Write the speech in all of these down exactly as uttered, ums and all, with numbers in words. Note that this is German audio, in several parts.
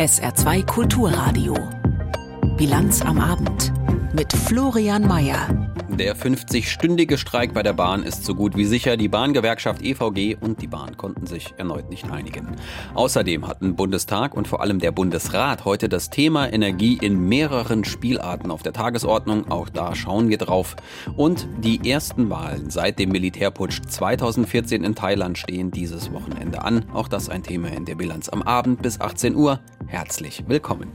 S R zwei Kulturradio. Bilanz am Abend mit Florian Mayer. Der fünfzig-stündige Streik bei der Bahn ist so gut wie sicher. Die Bahngewerkschaft E V G und die Bahn konnten sich erneut nicht einigen. Außerdem hatten Bundestag und vor allem der Bundesrat heute das Thema Energie in mehreren Spielarten auf der Tagesordnung. Auch da schauen wir drauf. Und die ersten Wahlen seit dem Militärputsch zweitausendvierzehn in Thailand stehen dieses Wochenende an. Auch das ein Thema in der Bilanz am Abend bis achtzehn Uhr. Herzlich willkommen.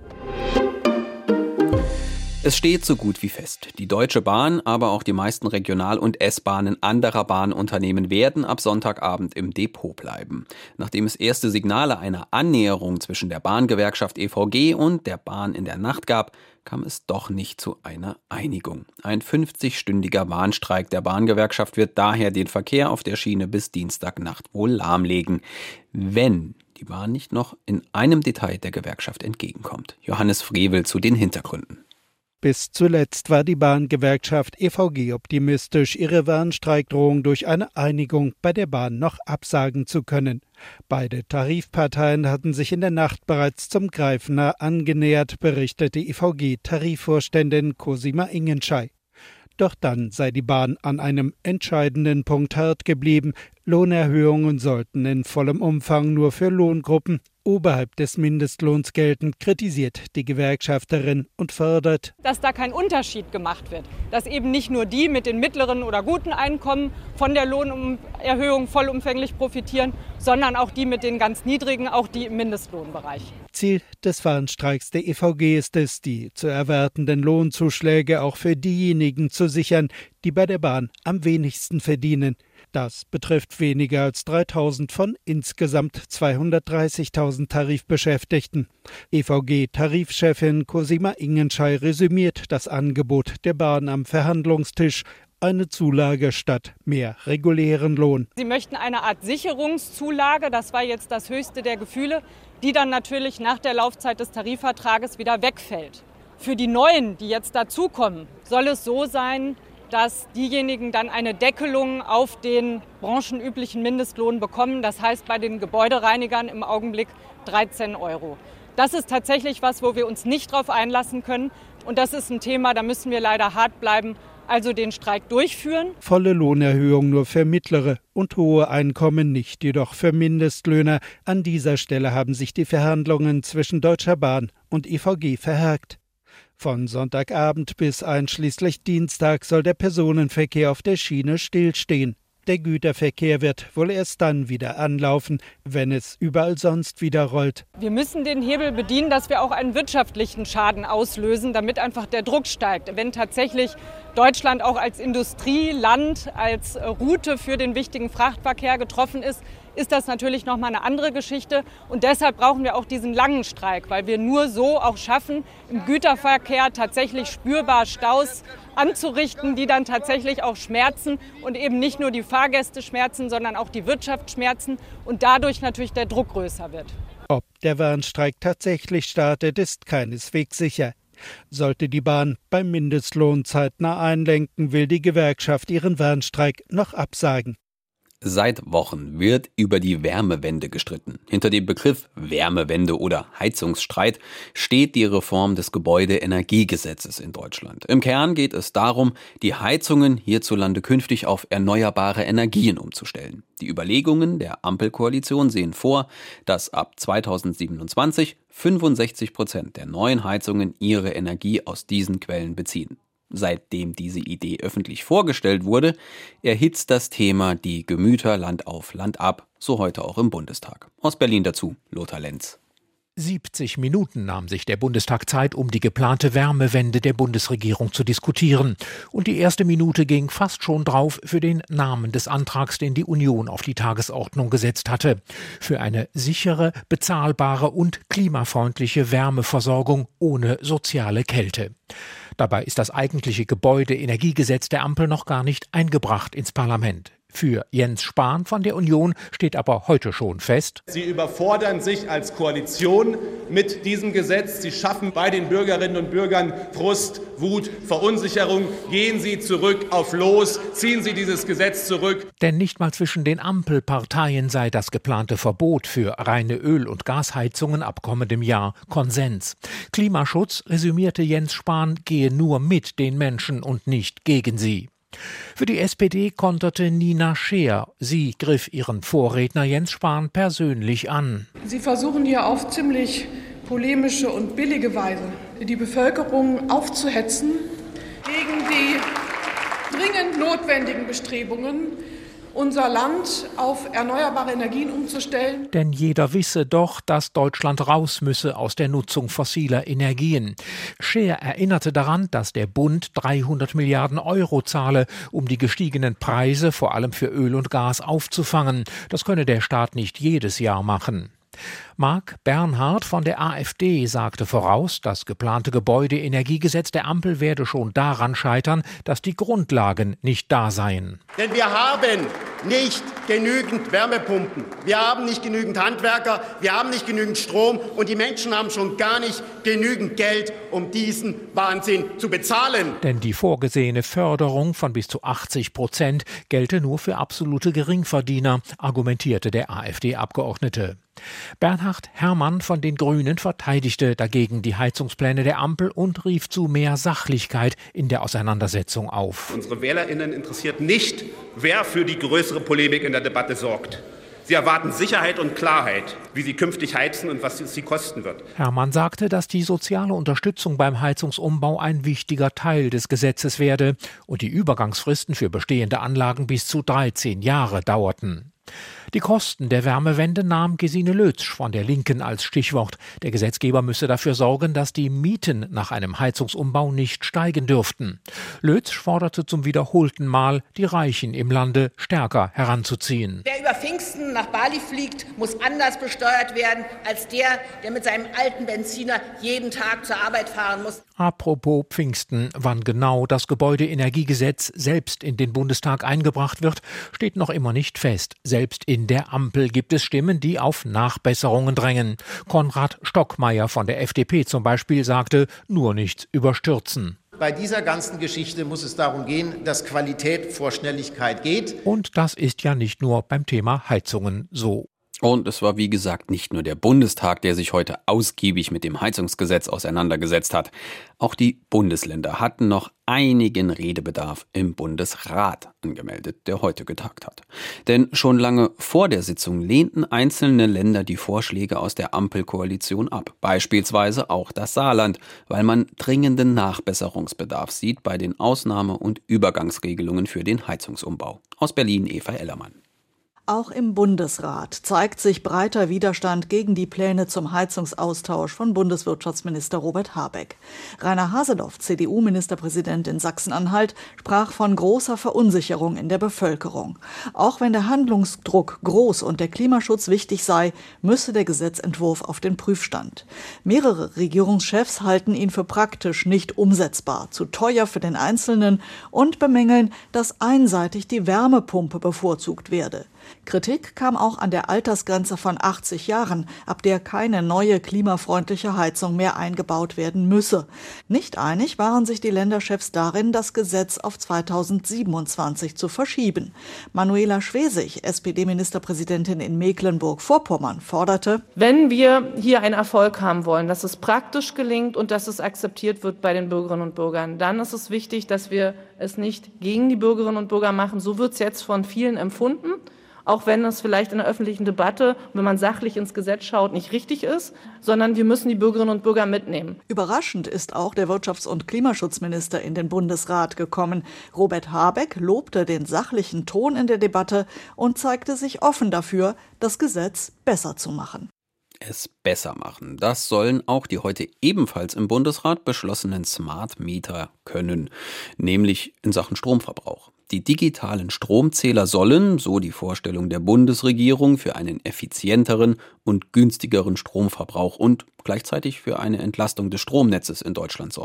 Es steht so gut wie fest. Die Deutsche Bahn, aber auch die meisten Regional- und S-Bahnen anderer Bahnunternehmen werden ab Sonntagabend im Depot bleiben. Nachdem es erste Signale einer Annäherung zwischen der Bahngewerkschaft E V G und der Bahn in der Nacht gab, kam es doch nicht zu einer Einigung. Ein fünfzig-stündiger Warnstreik der Bahngewerkschaft wird daher den Verkehr auf der Schiene bis Dienstagnacht wohl lahmlegen, wenn die Bahn nicht noch in einem Detail der Gewerkschaft entgegenkommt. Johannes Frevel zu den Hintergründen. Bis zuletzt war die Bahngewerkschaft E V G optimistisch, ihre Warnstreikdrohung durch eine Einigung bei der Bahn noch absagen zu können. Beide Tarifparteien hatten sich in der Nacht bereits zum Greifen nah angenähert, berichtete E V G-Tarifvorständin Cosima Ingenschei. Doch dann sei die Bahn an einem entscheidenden Punkt hart geblieben. Lohnerhöhungen sollten in vollem Umfang nur für Lohngruppen oberhalb des Mindestlohns gelten, kritisiert die Gewerkschafterin und fordert, dass da kein Unterschied gemacht wird, dass eben nicht nur die mit den mittleren oder guten Einkommen von der Lohnerhöhung vollumfänglich profitieren, sondern auch die mit den ganz niedrigen, auch die im Mindestlohnbereich. Ziel des Warnstreiks der E V G ist es, die zu erwartenden Lohnzuschläge auch für diejenigen zu sichern, die bei der Bahn am wenigsten verdienen. Das betrifft weniger als dreitausend von insgesamt zweihundertdreißigtausend Tarifbeschäftigten. E V G-Tarifchefin Cosima Ingenschei resümiert das Angebot der Bahn am Verhandlungstisch. Eine Zulage statt mehr regulären Lohn. Sie möchten eine Art Sicherungszulage, das war jetzt das höchste der Gefühle, die dann natürlich nach der Laufzeit des Tarifvertrages wieder wegfällt. Für die Neuen, die jetzt dazukommen, soll es so sein, dass diejenigen dann eine Deckelung auf den branchenüblichen Mindestlohn bekommen. Das heißt bei den Gebäudereinigern im Augenblick dreizehn Euro. Das ist tatsächlich was, wo wir uns nicht drauf einlassen können. Und das ist ein Thema, da müssen wir leider hart bleiben, also den Streik durchführen. Volle Lohnerhöhung nur für mittlere und hohe Einkommen, nicht jedoch für Mindestlöhner. An dieser Stelle haben sich die Verhandlungen zwischen Deutscher Bahn und E V G verhakt. Von Sonntagabend bis einschließlich Dienstag soll der Personenverkehr auf der Schiene stillstehen. Der Güterverkehr wird wohl erst dann wieder anlaufen, wenn es überall sonst wieder rollt. Wir müssen den Hebel bedienen, dass wir auch einen wirtschaftlichen Schaden auslösen, damit einfach der Druck steigt. Wenn tatsächlich Deutschland auch als Industrieland, als Route für den wichtigen Frachtverkehr getroffen ist, ist das natürlich nochmal eine andere Geschichte. Und deshalb brauchen wir auch diesen langen Streik, weil wir nur so auch schaffen, im Güterverkehr tatsächlich spürbar Staus anzurichten, die dann tatsächlich auch schmerzen und eben nicht nur die Fahrgäste schmerzen, sondern auch die Wirtschaft schmerzen und dadurch natürlich der Druck größer wird. Ob der Warnstreik tatsächlich startet, ist keineswegs sicher. Sollte die Bahn beim Mindestlohn zeitnah einlenken, will die Gewerkschaft ihren Warnstreik noch absagen. Seit Wochen wird über die Wärmewende gestritten. Hinter dem Begriff Wärmewende oder Heizungsstreit steht die Reform des Gebäudeenergiegesetzes in Deutschland. Im Kern geht es darum, die Heizungen hierzulande künftig auf erneuerbare Energien umzustellen. Die Überlegungen der Ampelkoalition sehen vor, dass ab zweitausendsiebenundzwanzig fünfundsechzig Prozent der neuen Heizungen ihre Energie aus diesen Quellen beziehen. Seitdem diese Idee öffentlich vorgestellt wurde, erhitzt das Thema die Gemüter Land auf, Land ab, so heute auch im Bundestag. Aus Berlin dazu Lothar Lenz. siebzig Minuten nahm sich der Bundestag Zeit, um die geplante Wärmewende der Bundesregierung zu diskutieren. Und die erste Minute ging fast schon drauf für den Namen des Antrags, den die Union auf die Tagesordnung gesetzt hatte. Für eine sichere, bezahlbare und klimafreundliche Wärmeversorgung ohne soziale Kälte. Dabei ist das eigentliche Gebäudeenergiegesetz der Ampel noch gar nicht eingebracht ins Parlament. Für Jens Spahn von der Union steht aber heute schon fest: Sie überfordern sich als Koalition mit diesem Gesetz. Sie schaffen bei den Bürgerinnen und Bürgern Frust, Wut, Verunsicherung. Gehen Sie zurück auf Los, ziehen Sie dieses Gesetz zurück. Denn nicht mal zwischen den Ampelparteien sei das geplante Verbot für reine Öl- und Gasheizungen ab kommendem Jahr Konsens. Klimaschutz, resümierte Jens Spahn, gehe nur mit den Menschen und nicht gegen sie. Für die S P D konterte Nina Scheer. Sie griff ihren Vorredner Jens Spahn persönlich an. Sie versuchen hier auf ziemlich polemische und billige Weise die Bevölkerung aufzuhetzen gegen die dringend notwendigen Bestrebungen, unser Land auf erneuerbare Energien umzustellen. Denn jeder wisse doch, dass Deutschland raus müsse aus der Nutzung fossiler Energien. Scheer erinnerte daran, dass der Bund dreihundert Milliarden Euro zahle, um die gestiegenen Preise vor allem für Öl und Gas aufzufangen. Das könne der Staat nicht jedes Jahr machen. Marc Bernhard von der AfD sagte voraus, das geplante Gebäudeenergiegesetz der Ampel werde schon daran scheitern, dass die Grundlagen nicht da seien. Denn wir haben nicht genügend Wärmepumpen, wir haben nicht genügend Handwerker, wir haben nicht genügend Strom und die Menschen haben schon gar nicht genügend Geld, um diesen Wahnsinn zu bezahlen. Denn die vorgesehene Förderung von bis zu achtzig Prozent gelte nur für absolute Geringverdiener, argumentierte der AfD-Abgeordnete. Bernhard Herrmann von den Grünen verteidigte dagegen die Heizungspläne der Ampel und rief zu mehr Sachlichkeit in der Auseinandersetzung auf. Unsere WählerInnen interessiert nicht, wer für die größere Polemik in der Debatte sorgt. Sie erwarten Sicherheit und Klarheit, wie sie künftig heizen und was es sie kosten wird. Herrmann sagte, dass die soziale Unterstützung beim Heizungsumbau ein wichtiger Teil des Gesetzes werde und die Übergangsfristen für bestehende Anlagen bis zu dreizehn Jahre dauerten. Die Kosten der Wärmewende nahm Gesine Lötsch von der Linken als Stichwort. Der Gesetzgeber müsse dafür sorgen, dass die Mieten nach einem Heizungsumbau nicht steigen dürften. Lötsch forderte zum wiederholten Mal, die Reichen im Lande stärker heranzuziehen. Wer über Pfingsten nach Bali fliegt, muss anders besteuert werden als der, der mit seinem alten Benziner jeden Tag zur Arbeit fahren muss. Apropos Pfingsten, wann genau das Gebäudeenergiegesetz selbst in den Bundestag eingebracht wird, steht noch immer nicht fest. Selbst in der Ampel gibt es Stimmen, die auf Nachbesserungen drängen. Konrad Stockmeier von der F D P zum Beispiel sagte, nur nichts überstürzen. Bei dieser ganzen Geschichte muss es darum gehen, dass Qualität vor Schnelligkeit geht. Und das ist ja nicht nur beim Thema Heizungen so. Und es war wie gesagt nicht nur der Bundestag, der sich heute ausgiebig mit dem Heizungsgesetz auseinandergesetzt hat. Auch die Bundesländer hatten noch einigen Redebedarf im Bundesrat angemeldet, der heute getagt hat. Denn schon lange vor der Sitzung lehnten einzelne Länder die Vorschläge aus der Ampelkoalition ab. Beispielsweise auch das Saarland, weil man dringenden Nachbesserungsbedarf sieht bei den Ausnahme- und Übergangsregelungen für den Heizungsumbau. Aus Berlin Eva Ellermann. Auch im Bundesrat zeigt sich breiter Widerstand gegen die Pläne zum Heizungsaustausch von Bundeswirtschaftsminister Robert Habeck. Rainer Haseloff, C D U-Ministerpräsident in Sachsen-Anhalt, sprach von großer Verunsicherung in der Bevölkerung. Auch wenn der Handlungsdruck groß und der Klimaschutz wichtig sei, müsse der Gesetzentwurf auf den Prüfstand. Mehrere Regierungschefs halten ihn für praktisch nicht umsetzbar, zu teuer für den Einzelnen und bemängeln, dass einseitig die Wärmepumpe bevorzugt werde. Kritik kam auch an der Altersgrenze von achtzig Jahren, ab der keine neue klimafreundliche Heizung mehr eingebaut werden müsse. Nicht einig waren sich die Länderchefs darin, das Gesetz auf zweitausendsiebenundzwanzig zu verschieben. Manuela Schwesig, S P D-Ministerpräsidentin in Mecklenburg-Vorpommern, forderte: Wenn wir hier einen Erfolg haben wollen, dass es praktisch gelingt und dass es akzeptiert wird bei den Bürgerinnen und Bürgern, dann ist es wichtig, dass wir es nicht gegen die Bürgerinnen und Bürger machen. So wird es jetzt von vielen empfunden. Auch wenn es vielleicht in der öffentlichen Debatte, wenn man sachlich ins Gesetz schaut, nicht richtig ist, sondern wir müssen die Bürgerinnen und Bürger mitnehmen. Überraschend ist auch der Wirtschafts- und Klimaschutzminister in den Bundesrat gekommen. Robert Habeck lobte den sachlichen Ton in der Debatte und zeigte sich offen dafür, das Gesetz besser zu machen. Es besser machen. Das sollen auch die heute ebenfalls im Bundesrat beschlossenen Smart Meter können, nämlich in Sachen Stromverbrauch. Die digitalen Stromzähler sollen, so die Vorstellung der Bundesregierung, für einen effizienteren und günstigeren Stromverbrauch und gleichzeitig für eine Entlastung des Stromnetzes in Deutschland sorgen.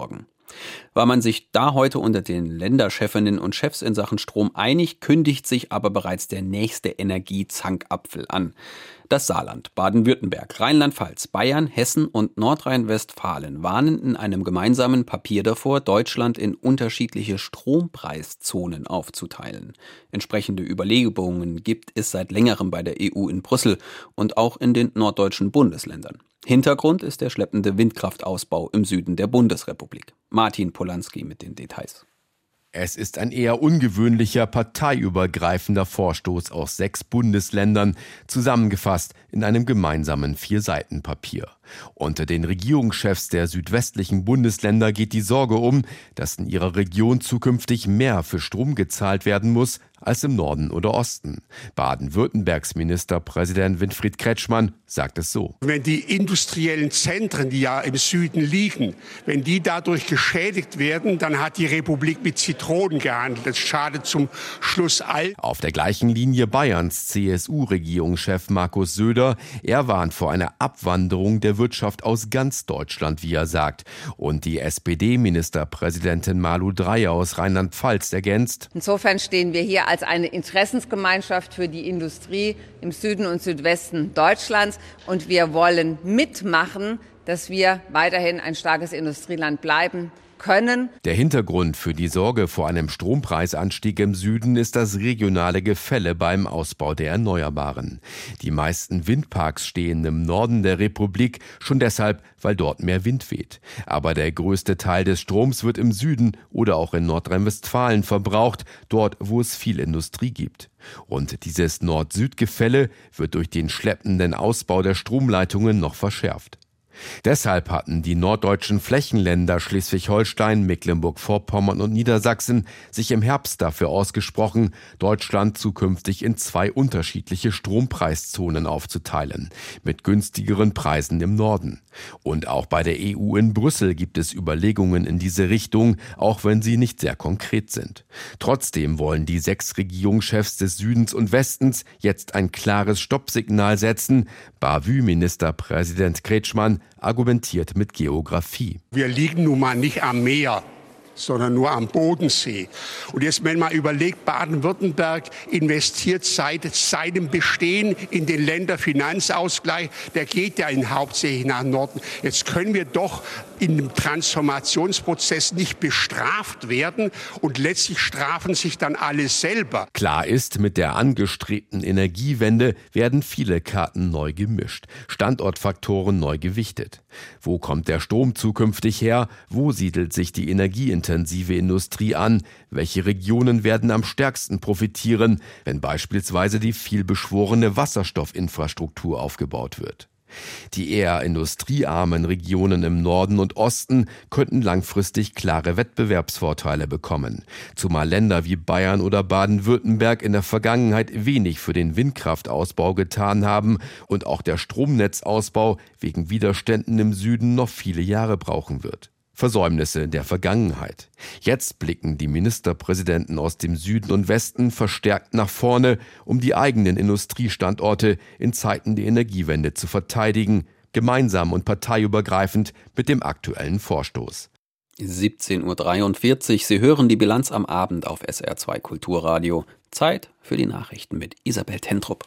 War man sich da heute unter den Länderchefinnen und Chefs in Sachen Strom einig, kündigt sich aber bereits der nächste Energiezankapfel an. Das Saarland, Baden-Württemberg, Rheinland-Pfalz, Bayern, Hessen und Nordrhein-Westfalen warnen in einem gemeinsamen Papier davor, Deutschland in unterschiedliche Strompreiszonen aufzuteilen. Entsprechende Überlegungen gibt es seit längerem bei der E U in Brüssel und auch in den norddeutschen Bundesländern. Hintergrund ist der schleppende Windkraftausbau im Süden der Bundesrepublik. Martin Polanski mit den Details. Es ist ein eher ungewöhnlicher parteiübergreifender Vorstoß aus sechs Bundesländern, zusammengefasst in einem gemeinsamen Vier-Seiten-Papier. Unter den Regierungschefs der südwestlichen Bundesländer geht die Sorge um, dass in ihrer Region zukünftig mehr für Strom gezahlt werden muss als im Norden oder Osten. Baden-Württembergs Ministerpräsident Winfried Kretschmann sagt es so. Wenn die industriellen Zentren, die ja im Süden liegen, wenn die dadurch geschädigt werden, dann hat die Republik mit Zitronen gehandelt. Das schadet zum Schluss all. Auf der gleichen Linie Bayerns C S U-Regierungschef Markus Söder. Er warnt vor einer Abwanderung der Wirtschaft aus ganz Deutschland, wie er sagt. Und die S P D-Ministerpräsidentin Malu Dreyer aus Rheinland-Pfalz ergänzt. Insofern stehen wir hier als eine Interessensgemeinschaft für die Industrie im Süden und Südwesten Deutschlands. Und wir wollen mitmachen, dass wir weiterhin ein starkes Industrieland bleiben können. Der Hintergrund für die Sorge vor einem Strompreisanstieg im Süden ist das regionale Gefälle beim Ausbau der Erneuerbaren. Die meisten Windparks stehen im Norden der Republik, schon deshalb, weil dort mehr Wind weht. Aber der größte Teil des Stroms wird im Süden oder auch in Nordrhein-Westfalen verbraucht, dort, wo es viel Industrie gibt. Und dieses Nord-Süd-Gefälle wird durch den schleppenden Ausbau der Stromleitungen noch verschärft. Deshalb hatten die norddeutschen Flächenländer Schleswig-Holstein, Mecklenburg-Vorpommern und Niedersachsen sich im Herbst dafür ausgesprochen, Deutschland zukünftig in zwei unterschiedliche Strompreiszonen aufzuteilen, mit günstigeren Preisen im Norden. Und auch bei der E U in Brüssel gibt es Überlegungen in diese Richtung, auch wenn sie nicht sehr konkret sind. Trotzdem wollen die sechs Regierungschefs des Südens und Westens jetzt ein klares Stoppsignal setzen. Bavü-Ministerpräsident Kretschmann argumentiert mit Geografie. Wir liegen nun mal nicht am Meer, sondern nur am Bodensee. Und jetzt, wenn man überlegt, Baden-Württemberg investiert seit seinem Bestehen in den Länderfinanzausgleich, der geht ja in hauptsächlich nach Norden. Jetzt können wir doch in dem Transformationsprozess nicht bestraft werden und letztlich strafen sich dann alle selber. Klar ist, mit der angestrebten Energiewende werden viele Karten neu gemischt, Standortfaktoren neu gewichtet. Wo kommt der Strom zukünftig her? Wo siedelt sich die energieintensive Industrie an? Welche Regionen werden am stärksten profitieren, wenn beispielsweise die vielbeschworene Wasserstoffinfrastruktur aufgebaut wird? Die eher industriearmen Regionen im Norden und Osten könnten langfristig klare Wettbewerbsvorteile bekommen, zumal Länder wie Bayern oder Baden-Württemberg in der Vergangenheit wenig für den Windkraftausbau getan haben und auch der Stromnetzausbau wegen Widerständen im Süden noch viele Jahre brauchen wird. Versäumnisse der Vergangenheit. Jetzt blicken die Ministerpräsidenten aus dem Süden und Westen verstärkt nach vorne, um die eigenen Industriestandorte in Zeiten der Energiewende zu verteidigen, gemeinsam und parteiübergreifend mit dem aktuellen Vorstoß. siebzehn Uhr dreiundvierzig, Sie hören die Bilanz am Abend auf S R zwei Kulturradio. Zeit für die Nachrichten mit Isabel Tentrup.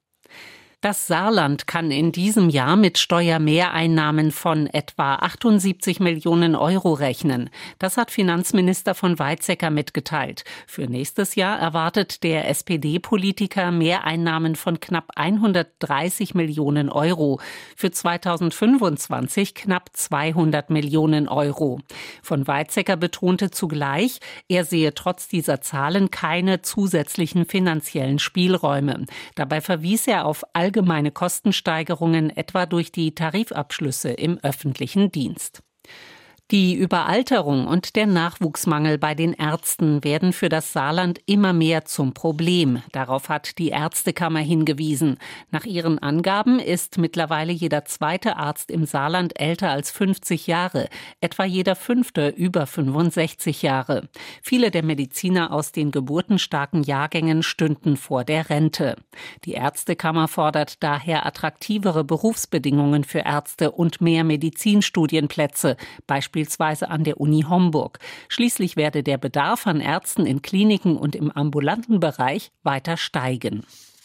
Das Saarland kann in diesem Jahr mit Steuermehreinnahmen von etwa achtundsiebzig Millionen Euro rechnen. Das hat Finanzminister von Weizsäcker mitgeteilt. Für nächstes Jahr erwartet der S P D-Politiker Mehreinnahmen von knapp hundertdreißig Millionen Euro. Für zweitausendfünfundzwanzig knapp zweihundert Millionen Euro. Von Weizsäcker betonte zugleich, er sehe trotz dieser Zahlen keine zusätzlichen finanziellen Spielräume. Dabei verwies er auf allgemeine Kostensteigerungen, etwa durch die Tarifabschlüsse im öffentlichen Dienst. Die Überalterung und der Nachwuchsmangel bei den Ärzten werden für das Saarland immer mehr zum Problem. Darauf hat die Ärztekammer hingewiesen. Nach ihren Angaben ist mittlerweile jeder zweite Arzt im Saarland älter als fünfzig Jahre, etwa jeder fünfte über fünfundsechzig Jahre. Viele der Mediziner aus den geburtenstarken Jahrgängen stünden vor der Rente. Die Ärztekammer fordert daher attraktivere Berufsbedingungen für Ärzte und mehr Medizinstudienplätze, beispielsweise beispielsweise an der Uni Homburg. Schließlich werde der Bedarf an Ärzten in Kliniken und im ambulanten Bereich weiter steigen.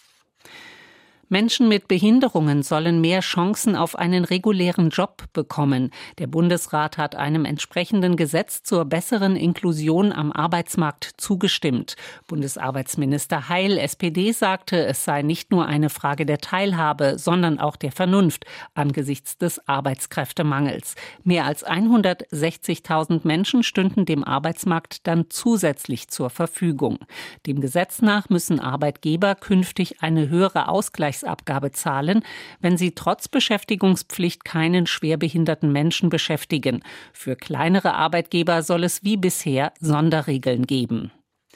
Menschen mit Behinderungen sollen mehr Chancen auf einen regulären Job bekommen. Der Bundesrat hat einem entsprechenden Gesetz zur besseren Inklusion am Arbeitsmarkt zugestimmt. Bundesarbeitsminister Heil, S P D, sagte, es sei nicht nur eine Frage der Teilhabe, sondern auch der Vernunft angesichts des Arbeitskräftemangels. Mehr als hundertsechzigtausend Menschen stünden dem Arbeitsmarkt dann zusätzlich zur Verfügung. Dem Gesetz nach müssen Arbeitgeber künftig eine höhere Ausgleichs Abgabe zahlen, wenn sie trotz Beschäftigungspflicht keinen schwerbehinderten Menschen beschäftigen. Für kleinere Arbeitgeber soll es wie bisher Sonderregeln geben.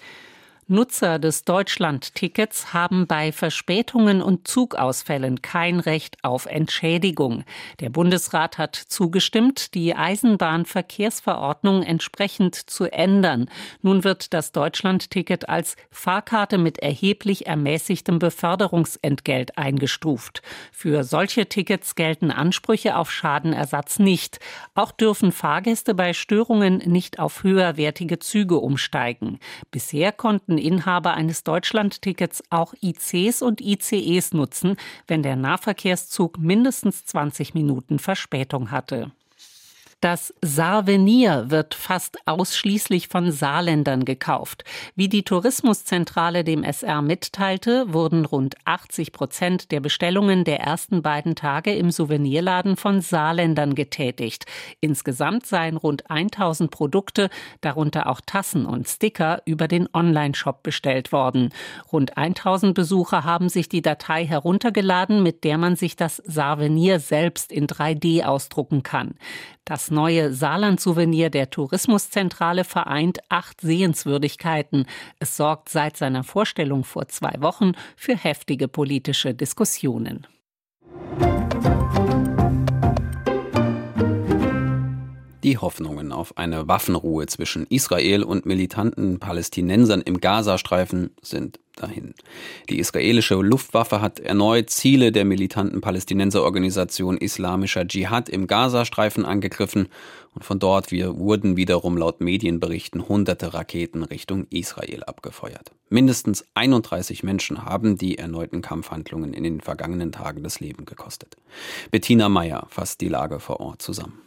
Nutzer des Deutschland-Tickets haben bei Verspätungen und Zugausfällen kein Recht auf Entschädigung. Der Bundesrat hat zugestimmt, die Eisenbahnverkehrsverordnung entsprechend zu ändern. Nun wird das Deutschland-Ticket als Fahrkarte mit erheblich ermäßigtem Beförderungsentgelt eingestuft. Für solche Tickets gelten Ansprüche auf Schadenersatz nicht. Auch dürfen Fahrgäste bei Störungen nicht auf höherwertige Züge umsteigen. Bisher konnten Inhaber eines Deutschland-Tickets auch I Cs und I C Es nutzen, wenn der Nahverkehrszug mindestens zwanzig Minuten Verspätung hatte. Das Saarvenir wird fast ausschließlich von Saarländern gekauft. Wie die Tourismuszentrale dem S R mitteilte, wurden rund achtzig Prozent der Bestellungen der ersten beiden Tage im Souvenirladen von Saarländern getätigt. Insgesamt seien rund tausend Produkte, darunter auch Tassen und Sticker, über den Onlineshop bestellt worden. Rund tausend Besucher haben sich die Datei heruntergeladen, mit der man sich das Saarvenir selbst in drei D ausdrucken kann. Das neue Saarland-Souvenir der Tourismuszentrale vereint acht Sehenswürdigkeiten. Es sorgt seit seiner Vorstellung vor zwei Wochen für heftige politische Diskussionen. Die Hoffnungen auf eine Waffenruhe zwischen Israel und militanten Palästinensern im Gazastreifen sind dahin. Die israelische Luftwaffe hat erneut Ziele der militanten Palästinenserorganisation Islamischer Dschihad im Gazastreifen angegriffen und von dort wurden wiederum laut Medienberichten hunderte Raketen Richtung Israel abgefeuert. Mindestens einunddreißig Menschen haben die erneuten Kampfhandlungen in den vergangenen Tagen das Leben gekostet. Bettina Meyer fasst die Lage vor Ort zusammen.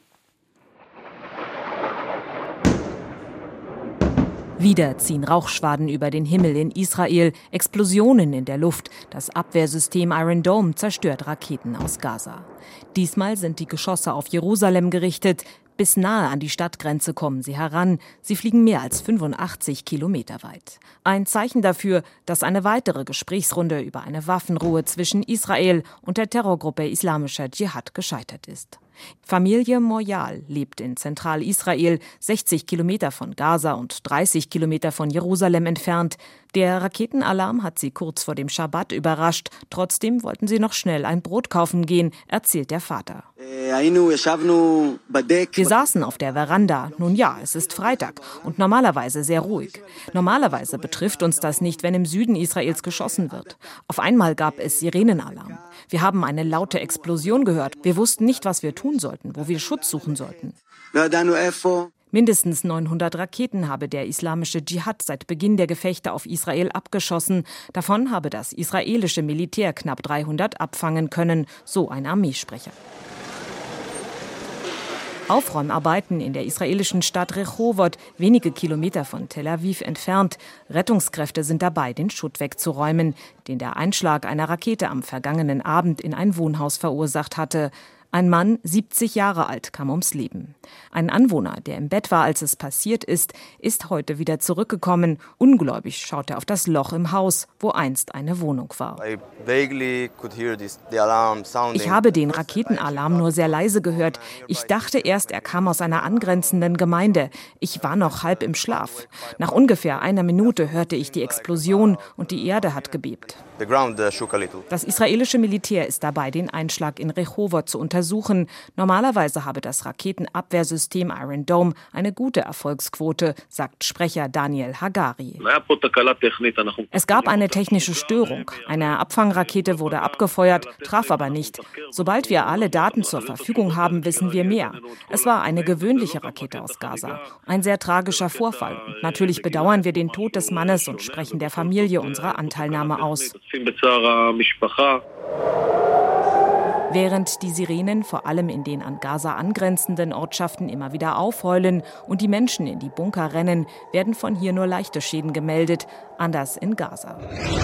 Wieder ziehen Rauchschwaden über den Himmel in Israel, Explosionen in der Luft. Das Abwehrsystem Iron Dome zerstört Raketen aus Gaza. Diesmal sind die Geschosse auf Jerusalem gerichtet. Bis nahe an die Stadtgrenze kommen sie heran. Sie fliegen mehr als fünfundachtzig Kilometer weit. Ein Zeichen dafür, dass eine weitere Gesprächsrunde über eine Waffenruhe zwischen Israel und der Terrorgruppe Islamischer Dschihad gescheitert ist. Familie Moyal lebt in Zentralisrael, sechzig Kilometer von Gaza und dreißig Kilometer von Jerusalem entfernt. Der Raketenalarm hat sie kurz vor dem Schabbat überrascht. Trotzdem wollten sie noch schnell ein Brot kaufen gehen, erzählt der Vater. Wir saßen auf der Veranda. Nun ja, es ist Freitag und normalerweise sehr ruhig. Normalerweise betrifft uns das nicht, wenn im Süden Israels geschossen wird. Auf einmal gab es Sirenenalarm. Wir haben eine laute Explosion gehört. Wir wussten nicht, was wir tun sollten, wo wir Schutz suchen sollten. Mindestens neunhundert Raketen habe der Islamische Dschihad seit Beginn der Gefechte auf Israel abgeschossen. Davon habe das israelische Militär knapp dreihundert abfangen können, so ein Armeesprecher. Aufräumarbeiten in der israelischen Stadt Rehovot, wenige Kilometer von Tel Aviv entfernt. Rettungskräfte sind dabei, den Schutt wegzuräumen, den der Einschlag einer Rakete am vergangenen Abend in ein Wohnhaus verursacht hatte. Ein Mann, siebzig Jahre alt, kam ums Leben. Ein Anwohner, der im Bett war, als es passiert ist, ist heute wieder zurückgekommen. Ungläubig schaut er auf das Loch im Haus, wo einst eine Wohnung war. Ich habe den Raketenalarm nur sehr leise gehört. Ich dachte erst, er kam aus einer angrenzenden Gemeinde. Ich war noch halb im Schlaf. Nach ungefähr einer Minute hörte ich die Explosion und die Erde hat gebebt. Das israelische Militär ist dabei, den Einschlag in Rehovot zu untersuchen. Normalerweise habe das Raketenabwehr Abwehrsystem Iron Dome eine gute Erfolgsquote, sagt Sprecher Daniel Hagari. Es gab eine technische Störung. Eine Abfangrakete wurde abgefeuert, traf aber nicht. Sobald wir alle Daten zur Verfügung haben, wissen wir mehr. Es war eine gewöhnliche Rakete aus Gaza. Ein sehr tragischer Vorfall. Und natürlich bedauern wir den Tod des Mannes und sprechen der Familie unsere Anteilnahme aus. Während die Sirenen vor allem in den an Gaza angrenzenden Ortschaften immer wieder aufheulen und die Menschen in die Bunker rennen, werden von hier nur leichte Schäden gemeldet, anders in Gaza.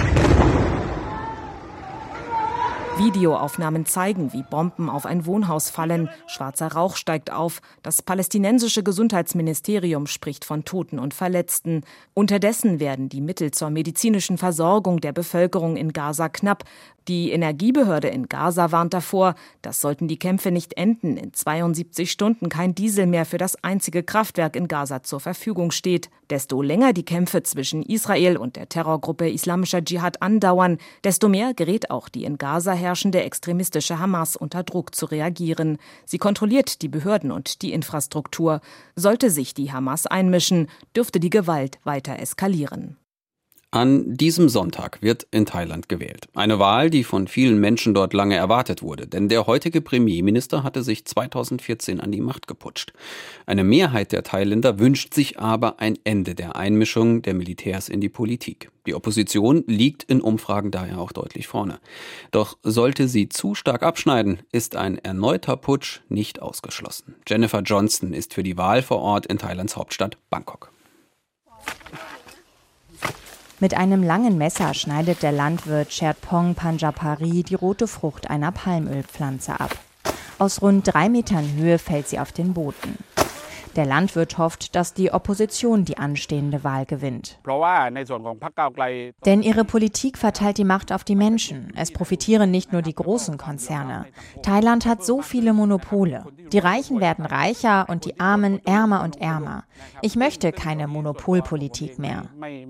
Videoaufnahmen zeigen, wie Bomben auf ein Wohnhaus fallen. Schwarzer Rauch steigt auf. Das palästinensische Gesundheitsministerium spricht von Toten und Verletzten. Unterdessen werden die Mittel zur medizinischen Versorgung der Bevölkerung in Gaza knapp. Die Energiebehörde in Gaza warnt davor, das sollten die Kämpfe nicht enden, in zweiundsiebzig Stunden kein Diesel mehr für das einzige Kraftwerk in Gaza zur Verfügung steht. Desto länger die Kämpfe zwischen Israel und der Terrorgruppe Islamischer Dschihad andauern, desto mehr gerät auch die in Gaza herrschende extremistische Hamas unter Druck zu reagieren. Sie kontrolliert die Behörden und die Infrastruktur. Sollte sich die Hamas einmischen, dürfte die Gewalt weiter eskalieren. An diesem Sonntag wird in Thailand gewählt. Eine Wahl, die von vielen Menschen dort lange erwartet wurde, denn der heutige Premierminister hatte sich zweitausendvierzehn an die Macht geputscht. Eine Mehrheit der Thailänder wünscht sich aber ein Ende der Einmischung der Militärs in die Politik. Die Opposition liegt in Umfragen daher auch deutlich vorne. Doch sollte sie zu stark abschneiden, ist ein erneuter Putsch nicht ausgeschlossen. Jennifer Johnston ist für die Wahl vor Ort in Thailands Hauptstadt Bangkok. Mit einem langen Messer schneidet der Landwirt Sherpong Panjapari die rote Frucht einer Palmölpflanze ab. Aus rund drei Metern Höhe fällt sie auf den Boden. Der Landwirt hofft, dass die Opposition die anstehende Wahl gewinnt. Denn ihre Politik verteilt die Macht auf die Menschen. Es profitieren nicht nur die großen Konzerne. Thailand hat so viele Monopole. Die Reichen werden reicher und die Armen ärmer und ärmer. Ich möchte keine Monopolpolitik mehr.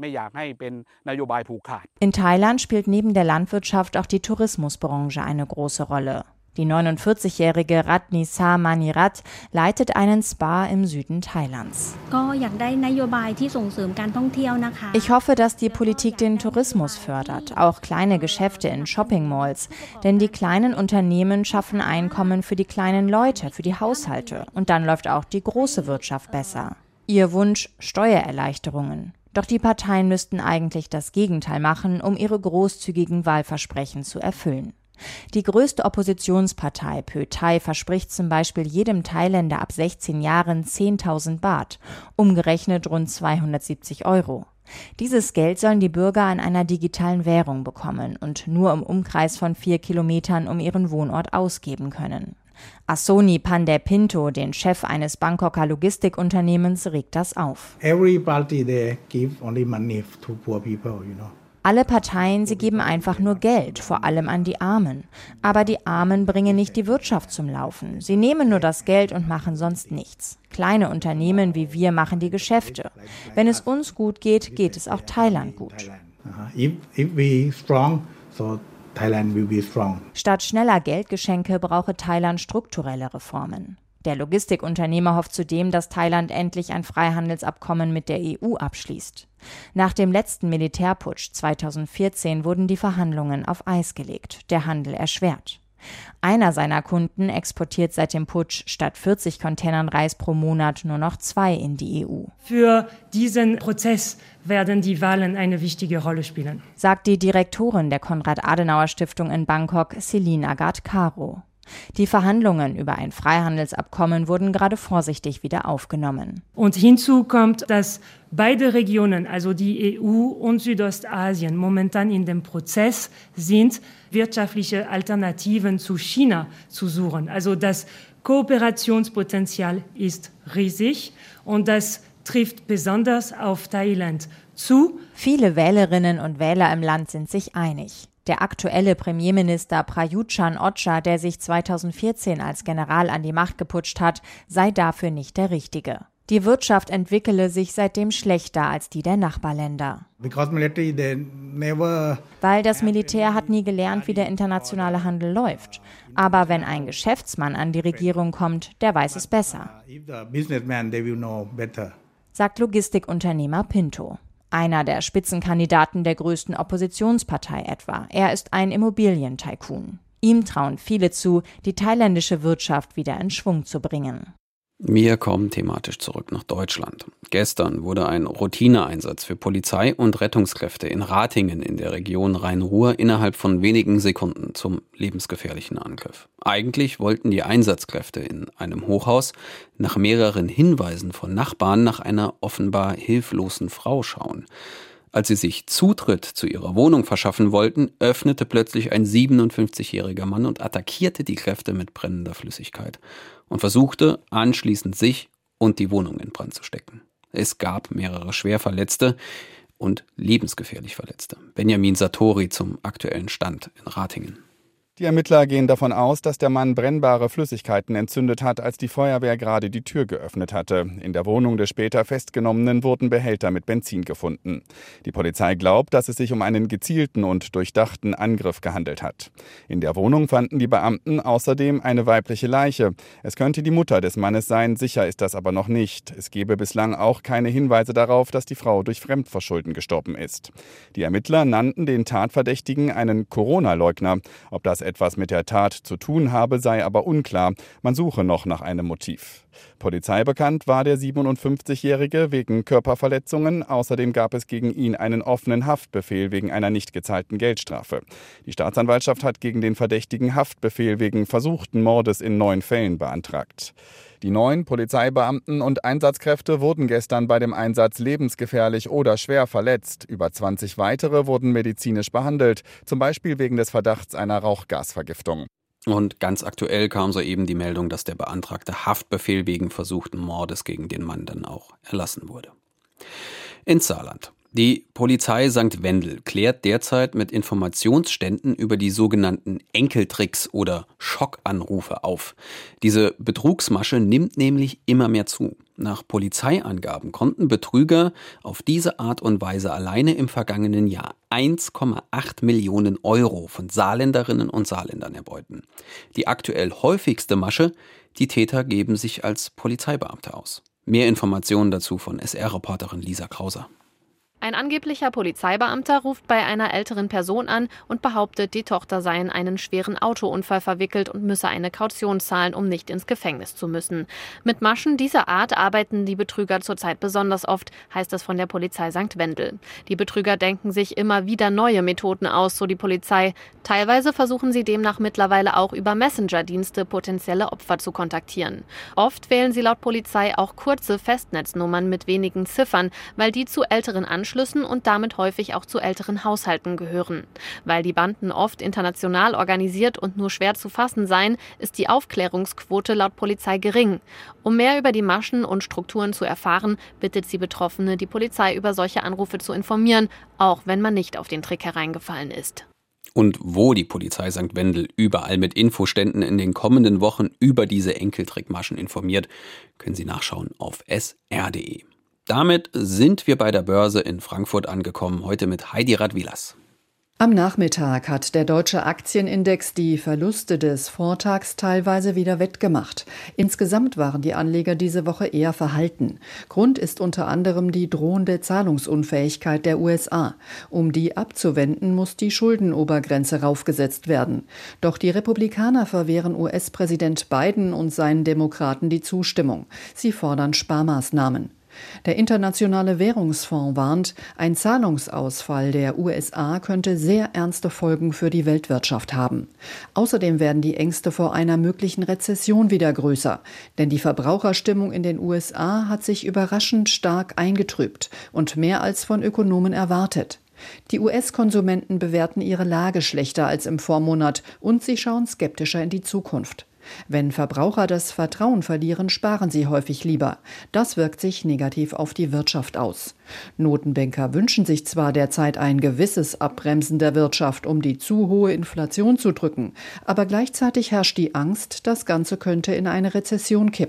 In Thailand spielt neben der Landwirtschaft auch die Tourismusbranche eine große Rolle. Die neunundvierzigjährige Ratnisa Manirat leitet einen Spa im Süden Thailands. Ich hoffe, dass die Politik den Tourismus fördert, auch kleine Geschäfte in Shoppingmalls. Denn die kleinen Unternehmen schaffen Einkommen für die kleinen Leute, für die Haushalte. Und dann läuft auch die große Wirtschaft besser. Ihr Wunsch: Steuererleichterungen. Doch die Parteien müssten eigentlich das Gegenteil machen, um ihre großzügigen Wahlversprechen zu erfüllen. Die größte Oppositionspartei Pheu Thai verspricht zum Beispiel jedem Thailänder ab sechzehn Jahren zehntausend Baht, umgerechnet rund zweihundertsiebzig Euro. Dieses Geld sollen die Bürger an einer digitalen Währung bekommen und nur im Umkreis von vier Kilometern um ihren Wohnort ausgeben können. Asoni Pandey-Pinto, den Chef eines Bangkoker Logistikunternehmens, regt das auf. Everybody there give only money to poor people, you know. Alle Parteien, sie geben einfach nur Geld, vor allem an die Armen. Aber die Armen bringen nicht die Wirtschaft zum Laufen. Sie nehmen nur das Geld und machen sonst nichts. Kleine Unternehmen wie wir machen die Geschäfte. Wenn es uns gut geht, geht es auch Thailand gut. Statt schneller Geldgeschenke brauche Thailand strukturelle Reformen. Der Logistikunternehmer hofft zudem, dass Thailand endlich ein Freihandelsabkommen mit der E U abschließt. Nach dem letzten Militärputsch zweitausendvierzehn wurden die Verhandlungen auf Eis gelegt, der Handel erschwert. Einer seiner Kunden exportiert seit dem Putsch statt vierzig Containern Reis pro Monat nur noch zwei in die E U. Für diesen Prozess werden die Wahlen eine wichtige Rolle spielen, sagt die Direktorin der Konrad-Adenauer-Stiftung in Bangkok, Celine Agathe-Caro. Die Verhandlungen über ein Freihandelsabkommen wurden gerade vorsichtig wieder aufgenommen. Und hinzu kommt, dass beide Regionen, also die E U und Südostasien, momentan in dem Prozess sind, wirtschaftliche Alternativen zu China zu suchen. Also das Kooperationspotenzial ist riesig und das trifft besonders auf Thailand zu. Viele Wählerinnen und Wähler im Land sind sich einig. Der aktuelle Premierminister Prayut Chan-o-cha, der sich zweitausendvierzehn als General an die Macht geputscht hat, sei dafür nicht der Richtige. Die Wirtschaft entwickele sich seitdem schlechter als die der Nachbarländer. Weil das Militär hat nie gelernt, wie der internationale Handel läuft. Aber wenn ein Geschäftsmann an die Regierung kommt, der weiß es besser, sagt Logistikunternehmer Pinto. Einer der Spitzenkandidaten der größten Oppositionspartei etwa. Er ist ein Immobilientycoon. Ihm trauen viele zu, die thailändische Wirtschaft wieder in Schwung zu bringen. Wir kommen thematisch zurück nach Deutschland. Gestern wurde ein Routineeinsatz für Polizei und Rettungskräfte in Ratingen in der Region Rhein-Ruhr innerhalb von wenigen Sekunden zum lebensgefährlichen Angriff. Eigentlich wollten die Einsatzkräfte in einem Hochhaus nach mehreren Hinweisen von Nachbarn nach einer offenbar hilflosen Frau schauen. Als sie sich Zutritt zu ihrer Wohnung verschaffen wollten, öffnete plötzlich ein siebenundfünfzigjähriger Mann und attackierte die Kräfte mit brennender Flüssigkeit und versuchte anschließend sich und die Wohnung in Brand zu stecken. Es gab mehrere Schwerverletzte und lebensgefährlich Verletzte. Benjamin Sartori zum aktuellen Stand in Ratingen. Die Ermittler gehen davon aus, dass der Mann brennbare Flüssigkeiten entzündet hat, als die Feuerwehr gerade die Tür geöffnet hatte. In der Wohnung des später Festgenommenen wurden Behälter mit Benzin gefunden. Die Polizei glaubt, dass es sich um einen gezielten und durchdachten Angriff gehandelt hat. In der Wohnung fanden die Beamten außerdem eine weibliche Leiche. Es könnte die Mutter des Mannes sein, sicher ist das aber noch nicht. Es gebe bislang auch keine Hinweise darauf, dass die Frau durch Fremdverschulden gestorben ist. Die Ermittler nannten den Tatverdächtigen einen Corona-Leugner. Ob das etwas mit der Tat zu tun habe, sei aber unklar. Man suche noch nach einem Motiv. Polizeibekannt war der siebenundfünfzigjährige wegen Körperverletzungen. Außerdem gab es gegen ihn einen offenen Haftbefehl wegen einer nicht gezahlten Geldstrafe. Die Staatsanwaltschaft hat gegen den Verdächtigen Haftbefehl wegen versuchten Mordes in neun Fällen beantragt. Die neun Polizeibeamten und Einsatzkräfte wurden gestern bei dem Einsatz lebensgefährlich oder schwer verletzt. Über zwanzig weitere wurden medizinisch behandelt, zum Beispiel wegen des Verdachts einer Rauchgasvergiftung. Und ganz aktuell kam soeben die Meldung, dass der beantragte Haftbefehl wegen versuchten Mordes gegen den Mann dann auch erlassen wurde. Ins Saarland. Die Polizei Sankt Wendel klärt derzeit mit Informationsständen über die sogenannten Enkeltricks oder Schockanrufe auf. Diese Betrugsmasche nimmt nämlich immer mehr zu. Nach Polizeiangaben konnten Betrüger auf diese Art und Weise alleine im vergangenen Jahr eins Komma acht Millionen Euro von Saarländerinnen und Saarländern erbeuten. Die aktuell häufigste Masche: die Täter geben sich als Polizeibeamte aus. Mehr Informationen dazu von S R-Reporterin Lisa Krauser. Ein angeblicher Polizeibeamter ruft bei einer älteren Person an und behauptet, die Tochter sei in einen schweren Autounfall verwickelt und müsse eine Kaution zahlen, um nicht ins Gefängnis zu müssen. Mit Maschen dieser Art arbeiten die Betrüger zurzeit besonders oft, heißt es von der Polizei Sankt Wendel. Die Betrüger denken sich immer wieder neue Methoden aus, so die Polizei. Teilweise versuchen sie demnach mittlerweile auch über Messenger-Dienste potenzielle Opfer zu kontaktieren. Oft wählen sie laut Polizei auch kurze Festnetznummern mit wenigen Ziffern, weil die zu älteren Anschlüssen und damit häufig auch zu älteren Haushalten gehören. Weil die Banden oft international organisiert und nur schwer zu fassen seien, ist die Aufklärungsquote laut Polizei gering. Um mehr über die Maschen und Strukturen zu erfahren, bittet sie Betroffene, die Polizei über solche Anrufe zu informieren, auch wenn man nicht auf den Trick hereingefallen ist. Und wo die Polizei Sankt Wendel überall mit Infoständen in den kommenden Wochen über diese Enkeltrickmaschen informiert, können Sie nachschauen auf s r punkt d e. Damit sind wir bei der Börse in Frankfurt angekommen, heute mit Heidi Radwilas. Am Nachmittag hat der deutsche Aktienindex die Verluste des Vortags teilweise wieder wettgemacht. Insgesamt waren die Anleger diese Woche eher verhalten. Grund ist unter anderem die drohende Zahlungsunfähigkeit der U S A. Um die abzuwenden, muss die Schuldenobergrenze raufgesetzt werden. Doch die Republikaner verwehren U S-Präsident Biden und seinen Demokraten die Zustimmung. Sie fordern Sparmaßnahmen. Der Internationale Währungsfonds warnt, ein Zahlungsausfall der U S A könnte sehr ernste Folgen für die Weltwirtschaft haben. Außerdem werden die Ängste vor einer möglichen Rezession wieder größer, denn die Verbraucherstimmung in den U S A hat sich überraschend stark eingetrübt und mehr als von Ökonomen erwartet. Die U S-Konsumenten bewerten ihre Lage schlechter als im Vormonat und sie schauen skeptischer in die Zukunft. Wenn Verbraucher das Vertrauen verlieren, sparen sie häufig lieber. Das wirkt sich negativ auf die Wirtschaft aus. Notenbanker wünschen sich zwar derzeit ein gewisses Abbremsen der Wirtschaft, um die zu hohe Inflation zu drücken, aber gleichzeitig herrscht die Angst, das Ganze könnte in eine Rezession kippen.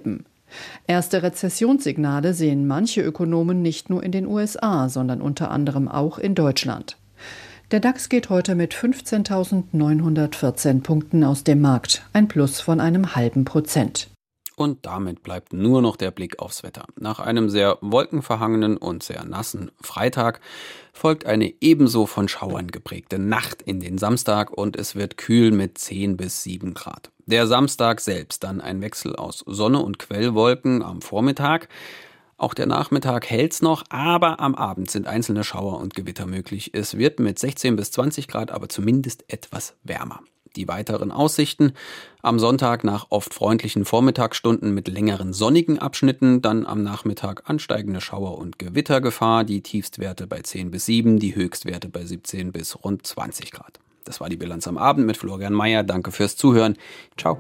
Erste Rezessionssignale sehen manche Ökonomen nicht nur in den U S A, sondern unter anderem auch in Deutschland. Der DAX geht heute mit fünfzehntausendneunhundertvierzehn Punkten aus dem Markt, ein Plus von einem halben Prozent. Und damit bleibt nur noch der Blick aufs Wetter. Nach einem sehr wolkenverhangenen und sehr nassen Freitag folgt eine ebenso von Schauern geprägte Nacht in den Samstag und es wird kühl mit zehn bis sieben Grad. Der Samstag selbst dann ein Wechsel aus Sonne und Quellwolken am Vormittag. Auch der Nachmittag hält's noch, aber am Abend sind einzelne Schauer und Gewitter möglich. Es wird mit sechzehn bis zwanzig Grad, aber zumindest etwas wärmer. Die weiteren Aussichten: am Sonntag nach oft freundlichen Vormittagsstunden mit längeren sonnigen Abschnitten, dann am Nachmittag ansteigende Schauer- und Gewittergefahr, die Tiefstwerte bei zehn bis sieben, die Höchstwerte bei siebzehn bis rund zwanzig Grad. Das war die Bilanz am Abend mit Florian Mayer. Danke fürs Zuhören. Ciao.